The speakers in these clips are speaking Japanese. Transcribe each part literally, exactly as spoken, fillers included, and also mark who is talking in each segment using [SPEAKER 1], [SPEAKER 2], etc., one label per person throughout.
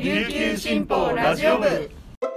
[SPEAKER 1] 琉球新報ラジオ部。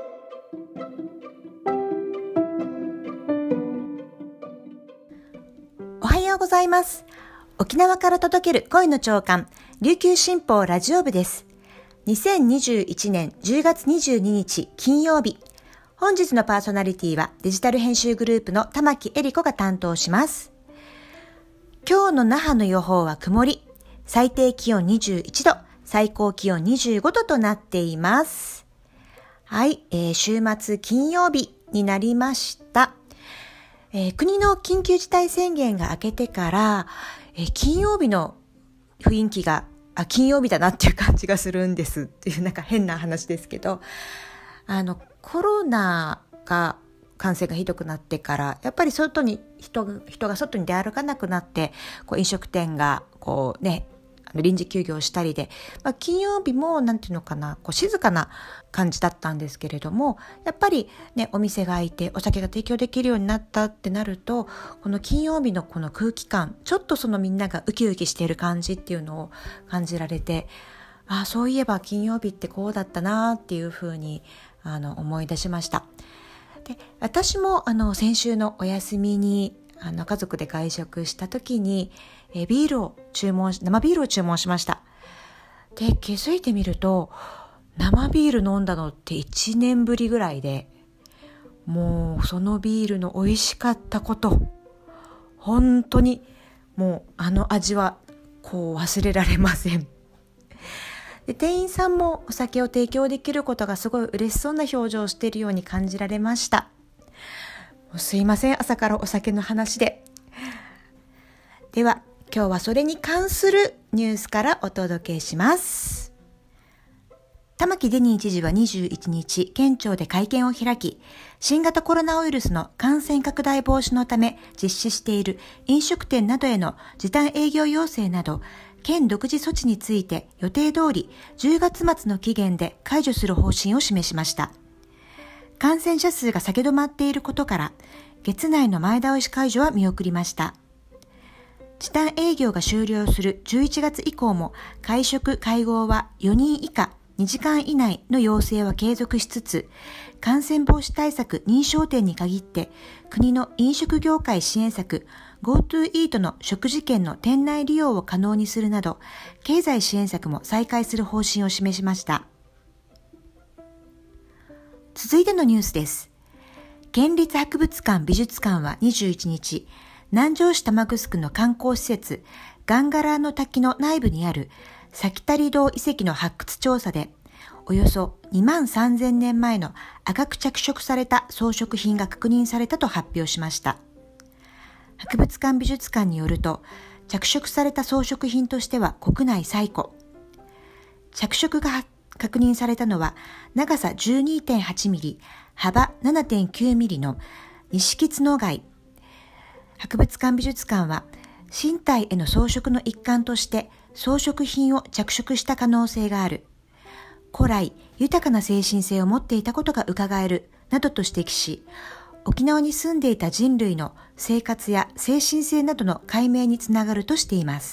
[SPEAKER 2] おはようございます。沖縄から届ける声の朝刊、琉球新報ラジオ部です。にせんにじゅういちねんじゅうがつにじゅうににち金曜日。本日のパーソナリティはデジタル編集グループの玉木恵理子が担当します。今日の那覇の予報は曇り、最低気温にじゅういちど、最高気温にじゅうごどとなっています。はい、えー、週末金曜日になりました。えー、国の緊急事態宣言が明けてから、えー、金曜日の雰囲気があ金曜日だなっていう感じがするんですっていうなんか変な話ですけど、あのコロナが感染がひどくなってからやっぱり外に人、人が外に出歩かなくなって、こう飲食店がこうね臨時休業したりで、まあ、金曜日もなんていうのかな、こう静かな感じだったんですけれども、やっぱりねお店が開いてお酒が提供できるようになったってなると、この金曜日のこの空気感、ちょっとそのみんながウキウキしている感じっていうのを感じられて、ああそういえば金曜日ってこうだったなっていうふうにあの思い出しました。で、私もあの先週のお休みにあの家族で外食した時にえビールを注文し生ビールを注文しました。で、気づいてみると生ビール飲んだのっていちねんぶりぐらいで、もうそのビールの美味しかったこと、本当にもうあの味はこう忘れられません。で、店員さんもお酒を提供できることがすごい嬉しそうな表情をしているように感じられました。もうすいません、朝からお酒の話で。では今日はそれに関するニュースからお届けします。玉城デニー知事はにじゅういちにち、県庁で会見を開き、新型コロナウイルスの感染拡大防止のため実施している飲食店などへの時短営業要請など、県独自措置について予定通りじゅうがつ末の期限で解除する方針を示しました。感染者数が下げ止まっていることから、月内の前倒し解除は見送りました。時短営業が終了するじゅういちがつ以降も会食・会合はよにん以下にじかん以内の要請は継続しつつ、感染防止対策認証店に限って国の飲食業界支援策 GoTo イートの食事券の店内利用を可能にするなど、経済支援策も再開する方針を示しました。続いてのニュースです。県立博物館美術館はにじゅういちにち、南城市玉城の観光施設ガンガラーの滝の内部にある先谷堂遺跡の発掘調査で、およそにまんさんぜんねんまえの赤く着色された装飾品が確認されたと発表しました。博物館美術館によると、着色された装飾品としては国内最古。着色が確認されたのは長さ じゅうにてんはちミリ、幅 ななてんきゅうミリの錦角貝。博物館美術館は身体への装飾の一環として装飾品を着色した可能性がある。古来豊かな精神性を持っていたことが伺えるなどと指摘し、沖縄に住んでいた人類の生活や精神性などの解明につながるとしています。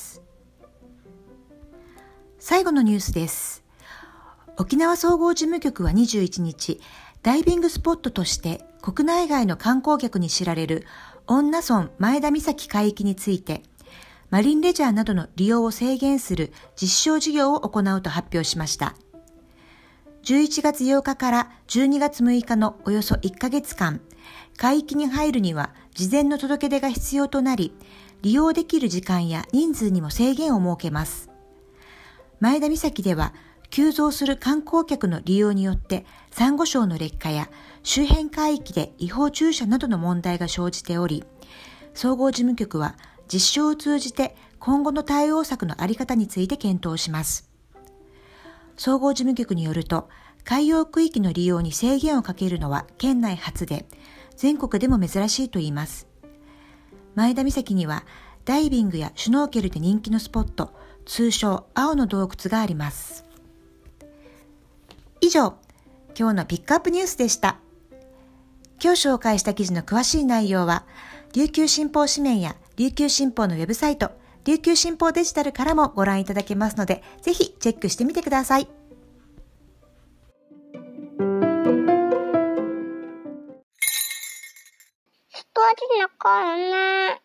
[SPEAKER 2] 最後のニュースです。沖縄総合事務局はにじゅういちにち、ダイビングスポットとして国内外の観光客に知られる恩納村前田岬海域について、マリンレジャーなどの利用を制限する実証事業を行うと発表しました。じゅういちがつようかからじゅうにがつむいかのおよそいっかげつかん、海域に入るには事前の届け出が必要となり、利用できる時間や人数にも制限を設けます。前田岬では、急増する観光客の利用によってサンゴ礁の劣化や周辺海域で違法駐車などの問題が生じており、総合事務局は実証を通じて今後の対応策の在り方について検討します。総合事務局によると、海洋区域の利用に制限をかけるのは県内初で、全国でも珍しいといいます。前田岬にはダイビングやシュノーケルで人気のスポット、通称青の洞窟があります。以上、今日のピックアップニュースでした。今日紹介した記事の詳しい内容は、琉球新報紙面や琉球新報のウェブサイト、琉球新報デジタルからもご覧いただけますので、ぜひチェックしてみてください。
[SPEAKER 3] ち残るね。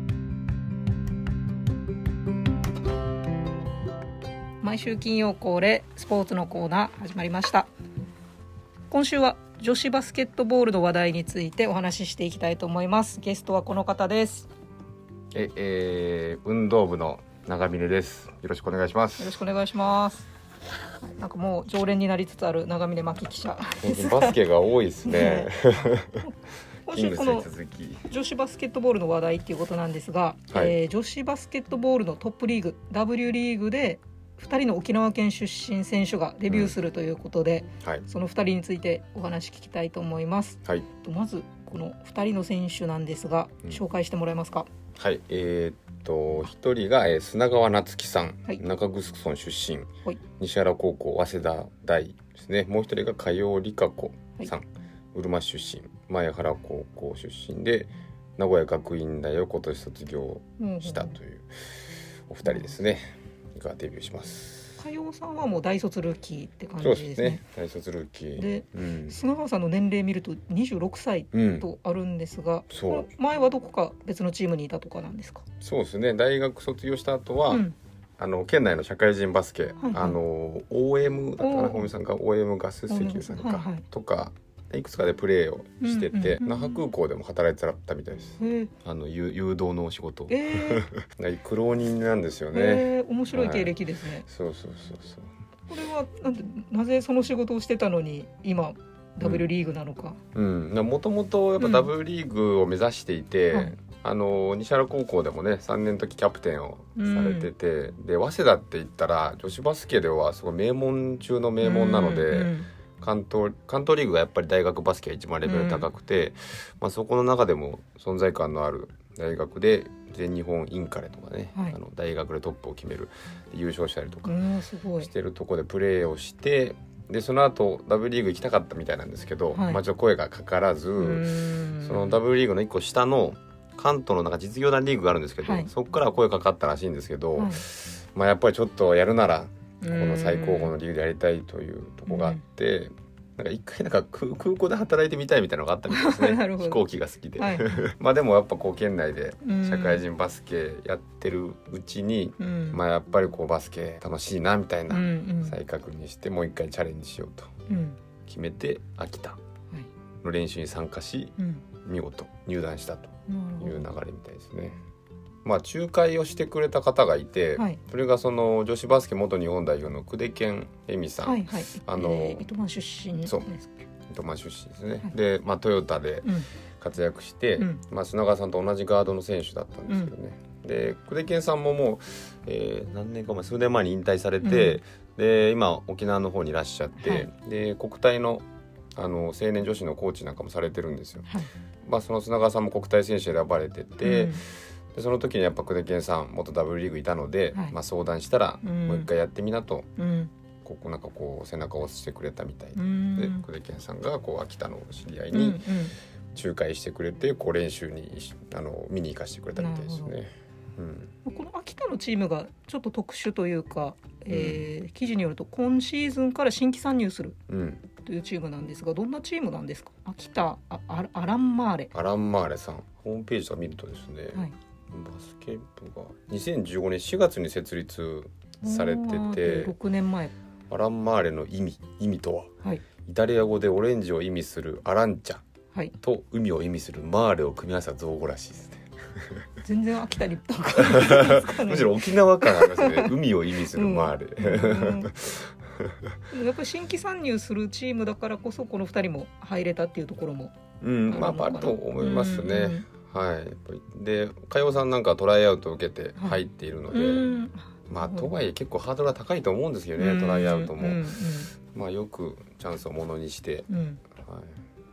[SPEAKER 1] 毎週金曜恒例スポーツのコーナー始まりました。今週は女子バスケットボールの話題についてお話ししていきたいと思います。ゲストはこの方です。
[SPEAKER 4] え、えー、運動部の長峰です。よろしくお願いします。
[SPEAKER 1] よろしくお願いします。なんかもう常連になりつつある長峰真希記者。
[SPEAKER 4] バスケが多いですね。
[SPEAKER 1] 今週この女子バスケットボールの話題ということなんですが、はい、えー、女子バスケットボールのトップリーグ W リーグでふたりの沖縄県出身選手がデビューするということで、うん、はい、そのふたりについてお話聞きたいと思います。はい、まずこのふたりの選手なんですが、うん、紹介してもらえますか。
[SPEAKER 4] はい、えー、っとひとりが、えー、砂川夏樹さん、はい、中城村出身、はい、西原高校早稲田大ですね。もうひとりが加陽理香子さん、はい、うるま市出身、前原高校出身で名古屋学院大を今年卒業したというお二人ですね、うん、がデビューします。
[SPEAKER 1] 加陽さんはもう大卒ルーキーって感じですね。
[SPEAKER 4] そうですね、大卒ルーキー
[SPEAKER 1] で、うん、砂川さんの年齢見るとにじゅうろくさいとあるんですが、うん、そう前はどこか別のチームにいたとかなんですか。
[SPEAKER 4] そうですね、大学卒業した後は、うん、あの県内の社会人バスケ、はいはい、あの オーエム だったかな、本見さんが オーエム ガス石油さんか、はいはい、とかいくつかでプレーをしてて、うんうん、那覇空港でも働いてたみたいです。あの誘導のお仕事、えー、苦労人なんですよね。
[SPEAKER 1] えー、面白い経歴ですね。はい、
[SPEAKER 4] そうそうそうそう。
[SPEAKER 1] これはなんでなぜその仕事をしてたのに今 W リーグなのか。
[SPEAKER 4] もともとやっぱ W リーグを目指していて、うん、はい、あの西原高校でもねさんねんの時キャプテンをされてて、うん、で早稲田って言ったら女子バスケではすごい名門中の名門なので、うんうん、関東、関東リーグがやっぱり大学バスケが一番レベル高くて、うん、まあ、そこの中でも存在感のある大学で全日本インカレとかね、はい、あの大学でトップを決める優勝したりとかしてるとこでプレーをして、でその後 W リーグ行きたかったみたいなんですけど、はい、まあ、ちょっと声がかからず、その W リーグのいっこ下の関東のなんか実業団リーグがあるんですけど、はい、そこから声かかったらしいんですけど、はい、まあ、やっぱりちょっとやるならこの最高峰のリーグでやりたいというところがあって、なんか一回なんか 空, 空港で働いてみたいみたいなのがあったみたいですね。飛行機が好きで、はい、まあでもやっぱこう県内で社会人バスケやってるうちに、うん、まあやっぱりこうバスケ楽しいなみたいな再確認して、もう一回チャレンジしようと決めて秋田の練習に参加し、うん、見事入団したという流れみたいですね。まあ、仲介をしてくれた方がいて、はい、それがその女子バスケ元日本代表の久手健恵美さん、はいはい、あの、
[SPEAKER 1] えー、糸満出身です。
[SPEAKER 4] そう、糸満出身ですね、はい、で、まあ、トヨタで活躍して、うん、まあ、砂川さんと同じガードの選手だったんですけどね、うん、で久手健さんももう、えー、何年か前数年前に引退されて、うん、で今沖縄の方にいらっしゃって、はい、で国体のあの青年女子のコーチなんかもされてるんですよ、はい、まあ、その砂川さんも国体選手選ばれてて、うん、でその時にやっぱ久手健さん元 W リーグいたので、はい、まあ、相談したら、うん、もう一回やってみなと、うん、ここなんかこう背中を押してくれたみたいで、うん、で久手健さんがこう秋田の知り合いに仲介してくれて、こう練習にあの見に行かせてくれたみたいですね。
[SPEAKER 1] うん、この秋田のチームがちょっと特殊というか、えーうん、記事によると今シーズンから新規参入する、うん、というチームなんですが、どんなチームなんですか。秋田 ああアランマーレ
[SPEAKER 4] アランマーレさん、ホームページとか見るとですね、はい、バスケ部がにせんじゅうごねんしがつに設立されてて、
[SPEAKER 1] ろくねんまえ。
[SPEAKER 4] アランマーレの意味意味とは、はい、イタリア語でオレンジを意味するアランチャ、はい、と海を意味するマーレを組み合わせた造語らしいですね。
[SPEAKER 1] 全然秋田にとかですかね。
[SPEAKER 4] むしろ沖縄感ありますね。海を意味するマーレ、
[SPEAKER 1] うん、やっぱり新規参入するチームだからこそこのふたりも入れたっていうところも
[SPEAKER 4] あるのかな、うん、まああると思いますね、うんうん、はい。で加陽さんなんかトライアウトを受けて入っているので、はい、うん、まあとはいえ結構ハードルは高いと思うんですけどね、うん、トライアウトも、うんうん、まあよくチャンスをものにして、うん、はい。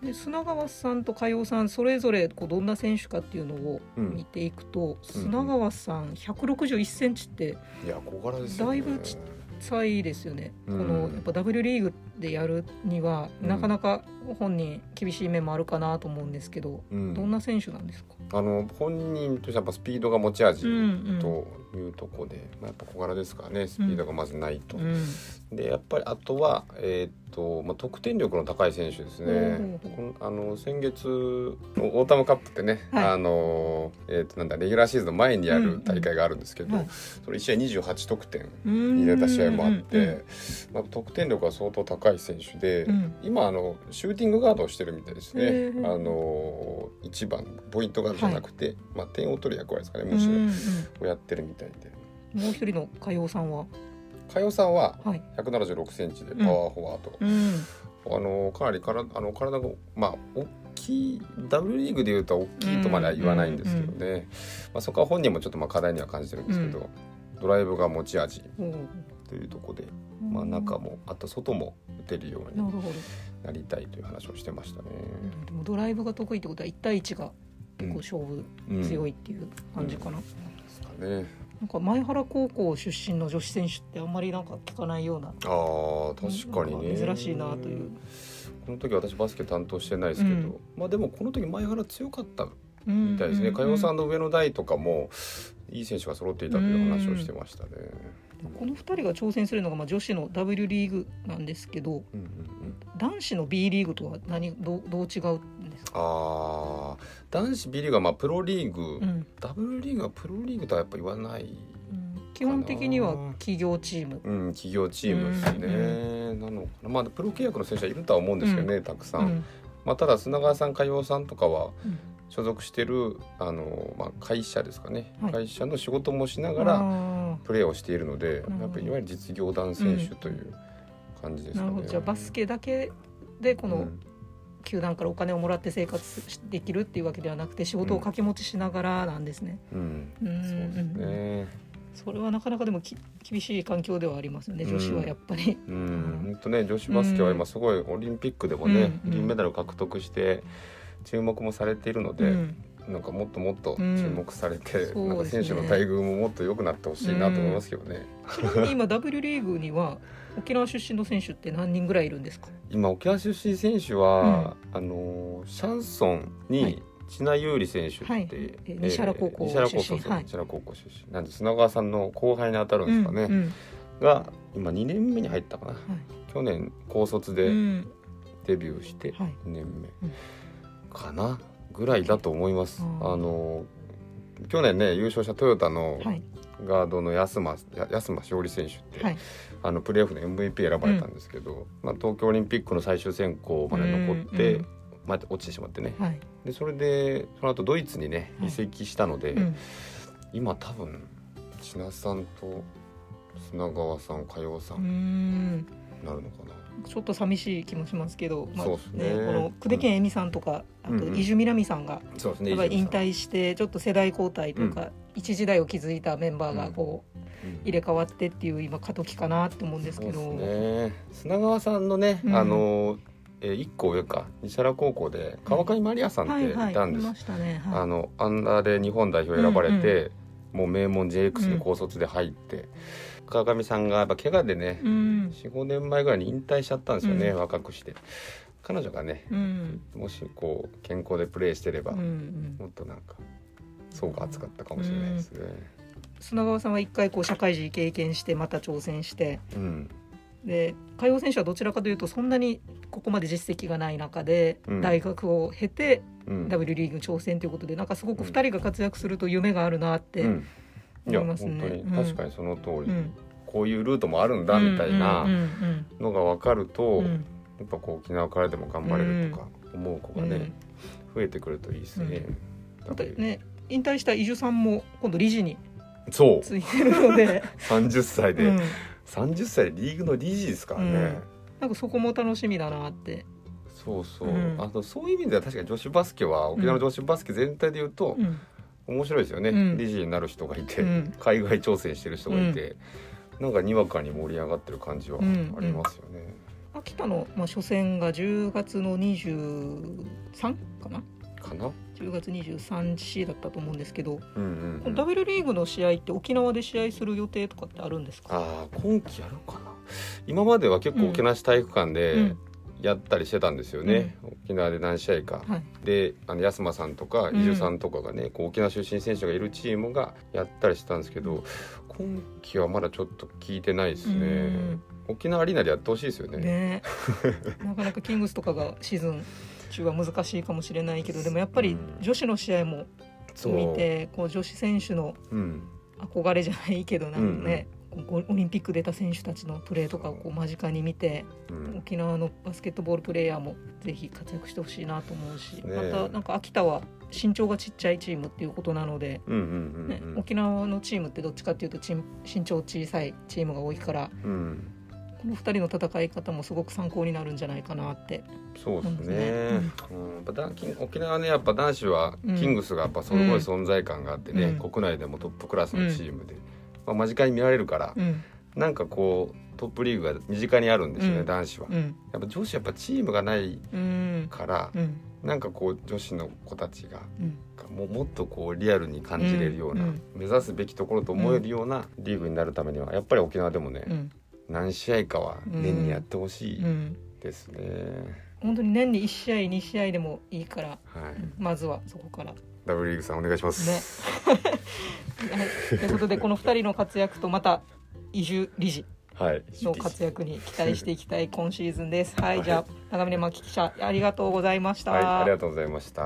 [SPEAKER 1] で砂川さんと加陽さんそれぞれこうどんな選手かっていうのを見ていくと、うん、砂川さんひゃくろくじゅういっセンチって
[SPEAKER 4] いや小柄ですよね。
[SPEAKER 1] だいぶちっちゃいですよね、うん、このやっぱ W リーグでやるにはなかなか本人厳しい面もあるかなと思うんですけど、うん、どんな選手なんですか。
[SPEAKER 4] あの本人としてはやっぱスピードが持ち味というところで、うんうん、まあ、やっぱ小柄ですからね、スピードがまずないと、うん、でやっぱりあとは、えーっとまあ、得点力の高い選手ですね、うん、あの先月オータムカップってね、はい、あのえーっとなんだレギュラーシーズンの前にやる大会があるんですけど、うんうん、はい、それいち試合にじゅうはち得点入れた試合もあって、うんうんうん、まあ、得点力が相当高い選手で、うん、今あのシューティングガードをしてるみたいですね。あのいちばんポイントガードじゃなくて、はい、まあ、点を取る役割ですかね、むしろをやってるみたいで。
[SPEAKER 1] もう一人の加陽さんは
[SPEAKER 4] 加陽さんはひゃくななじゅうろくセンチでパワーフォワード、うん、あのかなりからあの体が、まあ、大きい ダブリュー リーグでいうと大きいとまでは言わないんですけどね、うんうんうん、まあ、そこは本人もちょっとまあ課題には感じてるんですけど、うん、ドライブが持ち味というところで、うん、まあ、中もあと外も打てるようになりたいという話をしてましたね。
[SPEAKER 1] でもドライブが得意ってことはいち対いちが結構勝負強いっていう感じかな、うんうん、ですかね。なんか前原高校出身の女子選手ってあんまりなんか聞かないような、
[SPEAKER 4] あ確かにね、
[SPEAKER 1] 珍しいなという。
[SPEAKER 4] この時私バスケ担当してないですけど、うん、まあでもこの時前原強かったみたいですね。加陽さんの上の代とかもいい選手が揃っていたという話をしてましたね。
[SPEAKER 1] このふたりが挑戦するのがまあ女子の ダブリュー リーグなんですけど、うんうんうん、男子の B リーグとは何 ど, どう違うんですか？
[SPEAKER 4] あ男子 B リーグはまあプロリーグ、うん、ダブリュー リーグはプロリーグとはやっぱ言わない、うん、
[SPEAKER 1] 基本的には企業チーム、
[SPEAKER 4] うん、企業チームですね、うん、なのかな。まあ、プロ契約の選手はいるとは思うんですけどね、うん、たくさん、うん、まあ、ただ砂川さん加陽さんとかは、うん、所属してるあの、まあ、会社ですかね、はい、会社の仕事もしながらプレーをしているので、やっぱりいわゆる実業団選手という感じですかね、うん、なるほど。
[SPEAKER 1] じゃあバスケだけでこの球団からお金をもらって生活できるっていうわけではなくて、仕事を掛け持ちしながらなんですね、うんうん、そうですね。それはなかなかでもき厳しい環境ではありますよね、女子はやっぱり、
[SPEAKER 4] うんうん、本当ね、女子バスケは今すごいオリンピックでもね、うん、銀メダルを獲得して注目もされているので、うん、なんかもっともっと注目されて、うん、なんか選手の待遇ももっと良くなってほしいなと思いますけどね、
[SPEAKER 1] うん、ちなみに今 ダブリュー リーグには沖縄出身の選手って何人ぐらいいるんですか？
[SPEAKER 4] 今沖縄出身選手は、うん、あのシャンソンに千奈優里選手って、はい
[SPEAKER 1] えー、西原高校出身、
[SPEAKER 4] 西原高校出身なんで砂川さんの後輩に当たるんですかね、うんうん、が今にねんめに入ったかな、はい、去年高卒でデビューしてにねんめかな、ぐらいだと思います、うん、あの去年ね優勝したトヨタのガードの安間、安間しおり選手って、はい、あのプレーオフの エムブイピー 選ばれたんですけど、うんまあ、東京オリンピックの最終選考まで残って、うんうんまあ、落ちてしまってね、はい、でそれでその後ドイツにね移籍したので、はいうん、今多分千奈さんと砂川さん加陽さんなるのかな。
[SPEAKER 1] ちょっと寂しい気もしますけど、まあね、そうですね、この久手堅恵美さんとか、うん、あと伊集みなみさんが、うんうん、やっぱり引退してちょっと世代交代というか、うん、一時代を築いたメンバーがこう、うん、入れ替わってっていう今過渡期かなと思うんですけど、
[SPEAKER 4] そうですね、砂川さんのね、うん、あのえー、いっこ上か西原高校で川上マリアさんっていたんです、あのアンダーで日本代表選ばれて、うんうん、もう名門 ジェイエックス に高卒で入って、うん、川上さんがやっぱ怪我でね、うん、よんごねんまえぐらいに引退しちゃったんですよね、うん、若くして。彼女がね、うん、もしこう健康でプレーしてれば、うん、もっとなんか層が厚かったかもしれないですね、うん、
[SPEAKER 1] 砂川さんは一回こう社会人経験してまた挑戦して、うんで加陽選手はどちらかというとそんなにここまで実績がない中で大学を経て ダブリュー リーグに挑戦ということで、なんかすごくふたりが活躍すると夢があるなって思いますね、
[SPEAKER 4] うん、いや本当に確かにその通り、うん、こういうルートもあるんだみたいなのが分かると、うんうんうん、やっぱこう沖縄からでも頑張れるとか思う子がね、うん、増えてくるといいですね、
[SPEAKER 1] うん、だってね引退した伊集さんも今度理事についてるので
[SPEAKER 4] さんじゅっさいで、うんさんじゅっさいでリーグの理事ですからね、うん、
[SPEAKER 1] なんかそこも楽しみだなって。
[SPEAKER 4] そうそう、うん、あとそういう意味では確かに女子バスケは沖縄の女子バスケ全体でいうと、うん、面白いですよね、うん、理事になる人がいて、うん、海外挑戦してる人がいて、うん、なんかにわかに盛り上がってる感じはありますよね、
[SPEAKER 1] うんうん、秋田の、まあ、初戦がじゅうがつのにじゅうさんかな
[SPEAKER 4] かな
[SPEAKER 1] じゅうがつにじゅうさんにちだったと思うんですけど、うんうんうん、ダブリュー リーグの試合って沖縄で試合する予定とかってあるんですか？
[SPEAKER 4] あ今季やるかな。今までは結構沖縄市体育館でやったりしてたんですよね、うん、沖縄で何試合か、はい、であの安間さんとか伊集さんとかがね、うん、こう沖縄出身選手がいるチームがやったりしてたんですけど、今季はまだちょっと聞いてないですね、うん、沖縄アリーナでやってほしいですよ ね, ね
[SPEAKER 1] なかなかキングスとかがシーズン中は難しいかもしれないけど、でもやっぱり女子の試合も見て、うん、こう女子選手の憧れじゃないけどなんかね、うんうん、オリンピック出た選手たちのプレーとかをこう間近に見て、うん、沖縄のバスケットボールプレーヤーもぜひ活躍してほしいなと思うし、ね、またなんか秋田は身長がちっちゃいチームっていうことなので、うんうんうんうんね、沖縄のチームってどっちかっていうと身長小さいチームが多いから、うん、このふたりの戦い方もすごく参考になるんじゃないかなって
[SPEAKER 4] そうですね、うんうん、沖縄ねやっぱ男子はキングスがやっぱすごい存在感があってね、うん、国内でもトップクラスのチームで、うんまあ、間近に見られるから、うん、なんかこうトップリーグが身近にあるんですよね、うん、男子は、うん、やっぱ女子やっぱチームがないから、うん、なんかこう女子の子たちが、うん、も, もっとこうリアルに感じれるような、うん、目指すべきところと思えるようなリーグになるためにはやっぱり沖縄でもね、うん、何試合かは年にやってほしいですね、うんうん、
[SPEAKER 1] 本当に年にいち試合に試合でもいいから、はい、まずはそこから
[SPEAKER 4] ダブルリーグさんお願いします、
[SPEAKER 1] ねはい、ということでこのふたりの活躍とまた移住理事の活躍に期待していきたい今シーズンです。はい、はい、じゃあ長峰真紀記者ありがとうございました。
[SPEAKER 4] はい、ありがとうございました。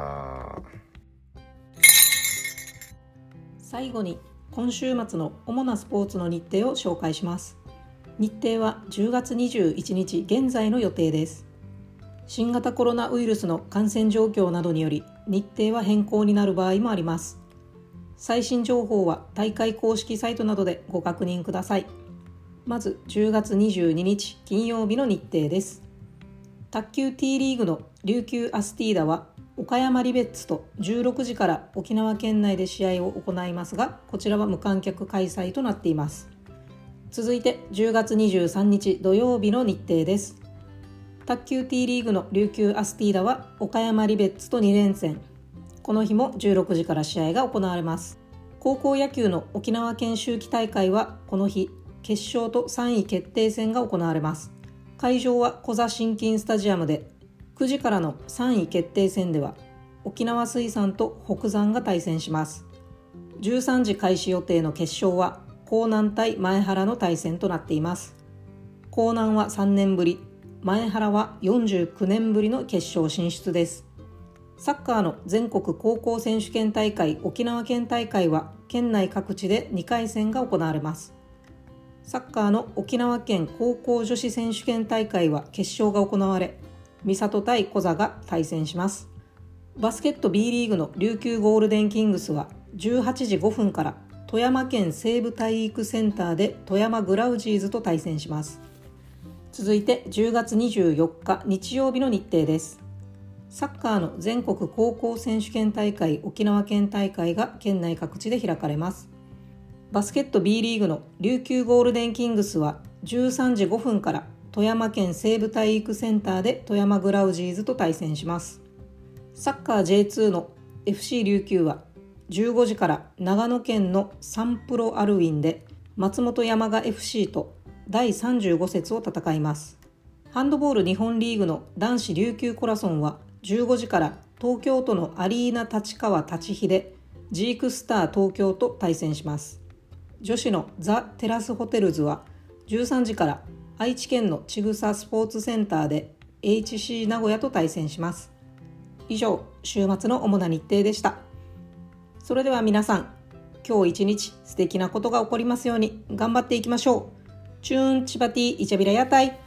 [SPEAKER 1] 最後に今週末の主なスポーツの日程を紹介します。日程はじゅうがつにじゅういちにち現在の予定です。新型コロナウイルスの感染状況などにより日程は変更になる場合もあります。最新情報は大会公式サイトなどでご確認ください。まずじゅうがつにじゅうににち金曜日の日程です。卓球 T リーグの琉球アスティーダは岡山リベッツとじゅうろくじから沖縄県内で試合を行いますが、こちらは無観客開催となっています。続いてじゅうがつにじゅうさんにち土曜日の日程です。卓球 T リーグの琉球アスティーダは岡山リベッツとにれんせん。この日もじゅうろくじから試合が行われます。高校野球の沖縄県秋季大会はこの日決勝とさんい決定戦が行われます。会場はコザ新金スタジアムで、くじからのさんい決定戦では沖縄水産と北山が対戦します。じゅうさんじ開始予定の決勝は興南対前原の対戦となっています。興南はさんねんぶり、前原はよんじゅうきゅうねんぶりの決勝進出です。サッカーの全国高校選手権大会沖縄県大会は県内各地でにかい戦が行われます。サッカーの沖縄県高校女子選手権大会は決勝が行われ、三郷対小座が対戦します。バスケット B リーグの琉球ゴールデンキングスはじゅうはちじごふんから富山県西部体育センターで富山グラウジーズと対戦します。続いてじゅうがつにじゅうよっか日曜日の日程です。サッカーの全国高校選手権大会沖縄県大会が県内各地で開かれます。バスケット B リーグの琉球ゴールデンキングスはじゅうさんじごふんから富山県西部体育センターで富山グラウジーズと対戦します。サッカー ジェイツー の エフシー 琉球はじゅうごじから長野県のサンプロアルウィンで松本山雅 エフシー とだいさんじゅうご節を戦います。ハンドボール日本リーグの男子琉球コラソンはじゅうごじから東京都のアリーナ立川立飛でジークスター東京と対戦します。女子のザ・テラスホテルズはじゅうさんじから愛知県のちぐさスポーツセンターで エイチシー 名古屋と対戦します。以上、週末の主な日程でした。それでは皆さん、今日一日素敵なことが起こりますように頑張っていきましょう。チューンチバティイチャビラ屋台。